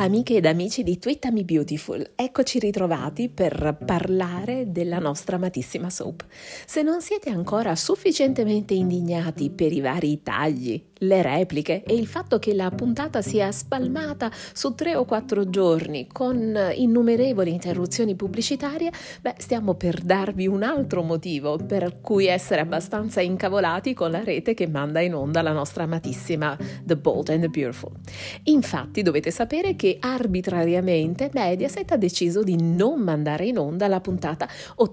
Amiche ed amici di Twitter Me Beautiful, eccoci ritrovati per parlare della nostra amatissima soap. Se non siete ancora sufficientemente indignati per i vari tagli, le repliche e il fatto che la puntata sia spalmata su 3 o 4 giorni con innumerevoli interruzioni pubblicitarie, stiamo per darvi un altro motivo per cui essere abbastanza incavolati con la rete che manda in onda la nostra amatissima The Bold and the Beautiful. Infatti dovete sapere che arbitrariamente Mediaset ha deciso di non mandare in onda la puntata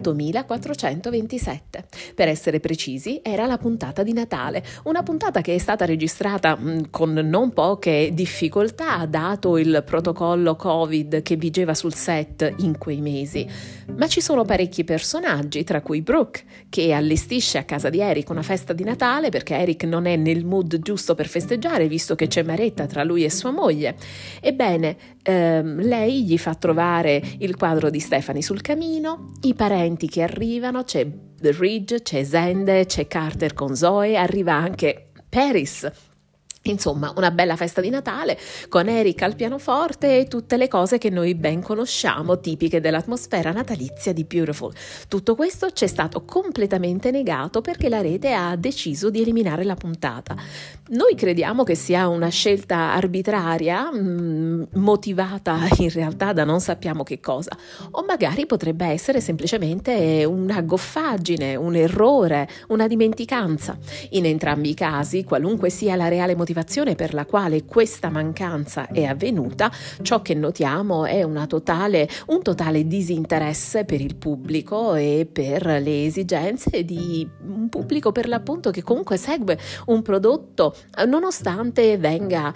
8427. Per essere precisi, era la puntata di Natale, una puntata che è stata registrata con non poche difficoltà dato il protocollo Covid che vigeva sul set in quei mesi. Ma ci sono parecchi personaggi, tra cui Brooke, che allestisce a casa di Eric una festa di Natale perché Eric non è nel mood giusto per festeggiare, visto che c'è maretta tra lui e sua moglie. Ebbene, lei gli fa trovare il quadro di Stephanie sul camino, i parenti che arrivano, c'è Ridge, c'è Zende, c'è Carter con Zoe, arriva anche Paris. Insomma, una bella festa di Natale con Eric al pianoforte e tutte le cose che noi ben conosciamo, tipiche dell'atmosfera natalizia di Beautiful. Tutto questo ci è stato completamente negato perché la rete ha deciso di eliminare la puntata. Noi crediamo che sia una scelta arbitraria, motivata in realtà da non sappiamo che cosa, o magari potrebbe essere semplicemente una goffaggine, un errore, una dimenticanza. In entrambi i casi, qualunque sia la reale motivazione per la quale questa mancanza è avvenuta, ciò che notiamo è un totale disinteresse per il pubblico e per le esigenze di un pubblico per l'appunto che comunque segue un prodotto nonostante venga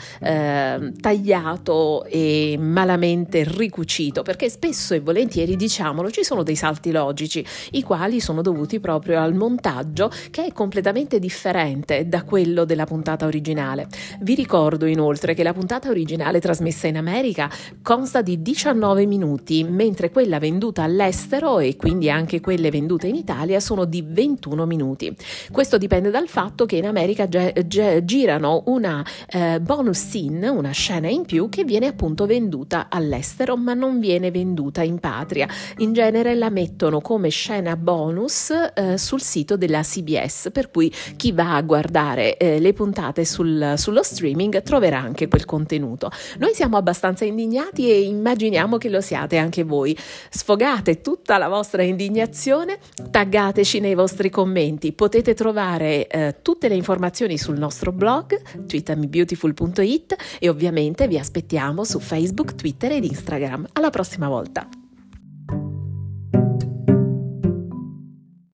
tagliato e malamente ricucito, perché spesso e volentieri, diciamolo, ci sono dei salti logici i quali sono dovuti proprio al montaggio che è completamente differente da quello della puntata originale. Vi ricordo inoltre che la puntata originale trasmessa in America consta di 19 minuti, mentre quella venduta all'estero e quindi anche quelle vendute in Italia sono di 21 minuti. Questo dipende dal fatto che in America girano una bonus scene, una scena in più che viene appunto venduta all'estero ma non viene venduta in patria. In genere la mettono come scena bonus sul sito della CBS, per cui chi va a guardare le puntate sullo streaming troverà anche quel contenuto. Noi siamo abbastanza indignati e immaginiamo che lo siate anche voi. Sfogate tutta la vostra indignazione, taggateci nei vostri commenti. Potete trovare tutte le informazioni sul nostro blog twittermebeautiful.it e ovviamente vi aspettiamo su Facebook, Twitter ed Instagram. Alla prossima volta!